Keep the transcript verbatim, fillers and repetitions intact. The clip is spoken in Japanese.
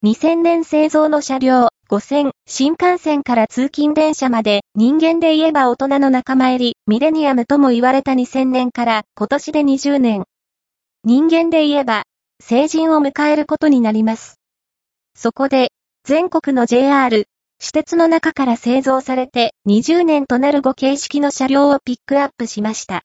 にせんねん製造の車両、ごせん、新幹線から通勤電車まで、人間で言えば大人の仲間入り、ミレニアムとも言われたにせんねんから今年でにじゅうねん。人間で言えば、成人を迎えることになります。そこで、全国の ジェイアール、私鉄の中から製造されてにじゅうねんとなるご形式の車両をピックアップしました。